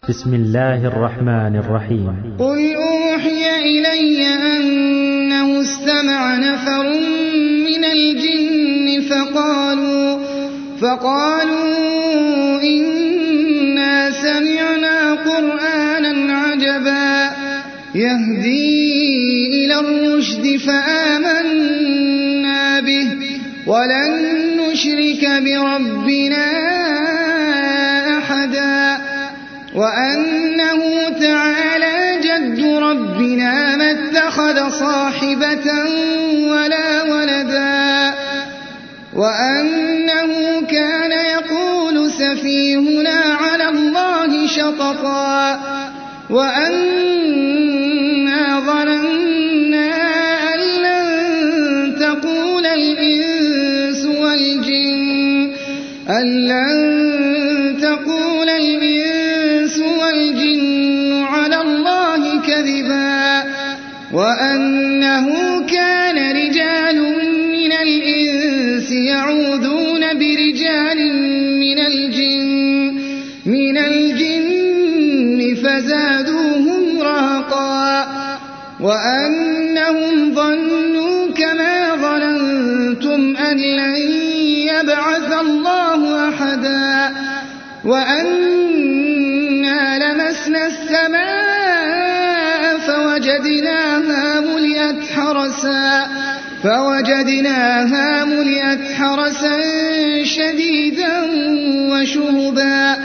بسم الله الرحمن الرحيم. قل أوحي إلي أنه استمع نفر من الجن فقالوا إنا سمعنا قرآنا عجبا يهدي إلى الرشد فآمنا به ولن نشرك بربنا أحدا وأنه تعالى جد ربنا ما اتخذ صاحبة ولا ولدا وأنه كان يقول سفيهنا على الله شططا وأنا ظننا أن لن تقول الإنس والجن على الله كذبا وأنه كان رجال من الإنس يعوذون برجال من الجن فزادوهم رهقا وأنهم ظنوا كما ظننتم أن لن يبعث الله أحدا وأنا لمسنا السماء فوجدناها ملئت حرسا شديدا وشهبا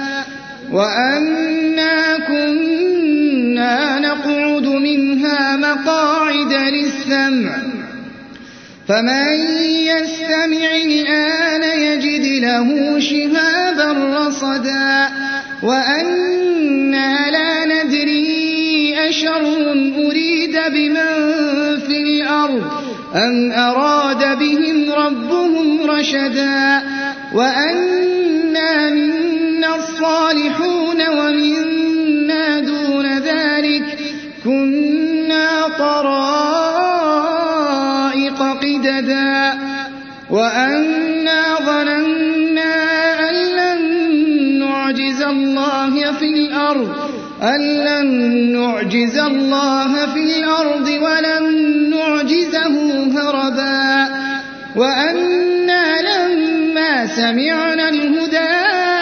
وأنا كنا نقعد منها مقاعد للسمع فمن يستمع الآن يجد له شهابا رصدا وأنا لا ندري أشر أريد بمن في الأرض أم أراد بهم ربهم رشدا وأنا منا الصالحون ومنا دون ذلك كنا طرائق قددا وأنا ظننا أن لن نعجز الله في الأرض ولن نعجزه هربا وأنا لما سمعنا الهدى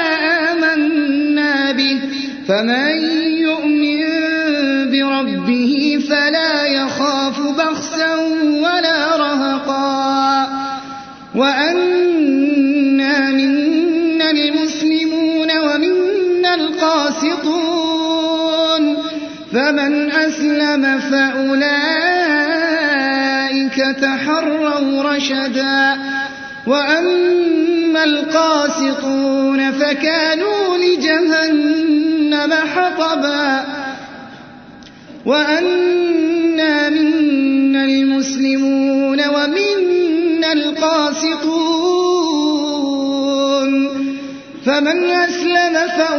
آمنا به فمن يؤمن بربه فلا يخاف بخسا ولا رهقا وأنا منا المسلمون ومنا القاسطون فمن أسلم فأولئك تحروا رشدا وأما القاسطون فكانوا لجهنم حطبا وأنا منا المسلمون ومنا القاسطون فمن أسلم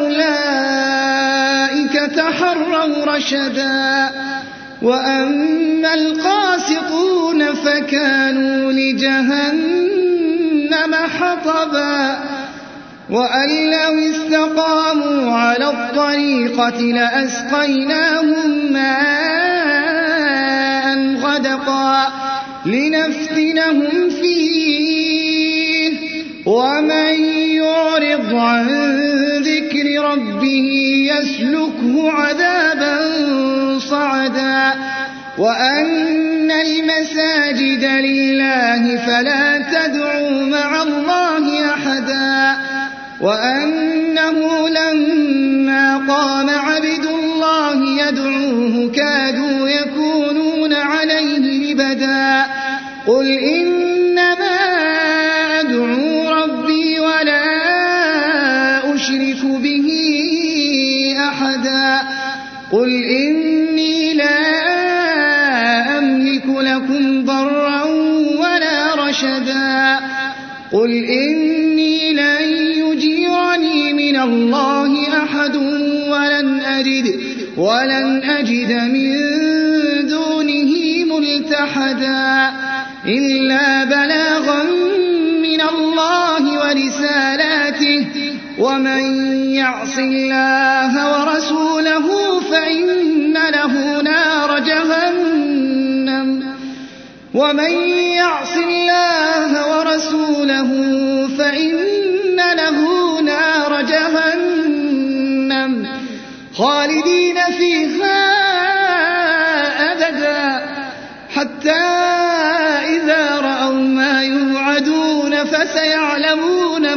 فأولئك تحروا رشدا وأما القاسطون فكانوا لجهنم حطبا وأن لو استقاموا على الطريقة لأسقيناهم ماء غدقا لنفتنهم فيه ومن يعرض عن ذكر ربه يسلكه عذابا صعدا وأن المساجد لله فلا تدعوا مع الله أحدا وأنه لما قام عبد الله يدعوه كادوا يكونون عليه لبدا قل إنما أدعو ربي ولا أشرك به أحدا قل إني لا أملك لكم ضرا ولا رشدا قل إني لن يجيرني من الله أحد ولن أجد من دونه ملتحدا إلا بلاغا من الله ورسالاته ومن يعص الله ورسوله جهنم ومن يعص الله ورسوله فإن له نار جهنم خالدين فيها أبدا حتى إذا رأوا ما يوعدون فسيعلمون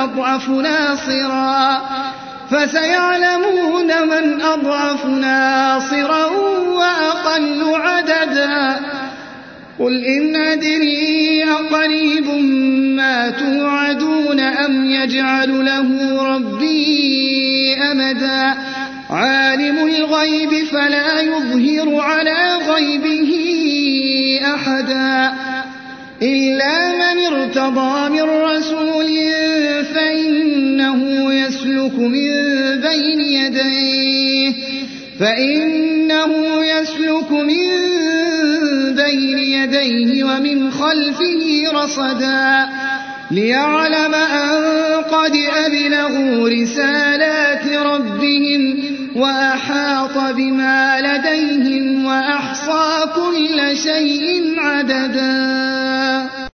من أضعف ناصرا وأقل عددا قل إن أدري أقريب ما توعدون أم يجعل له ربي أمدا عالم الغيب فلا يظهر على غيبه أحدا إلا من ارتضى من رسول فإنه يسلك من بين يديه ومن خلفه رصدا ليعلم أن قد أبلغوا رسالات ربهم وأحاط بما لديهم وأحصى كل شيء عددا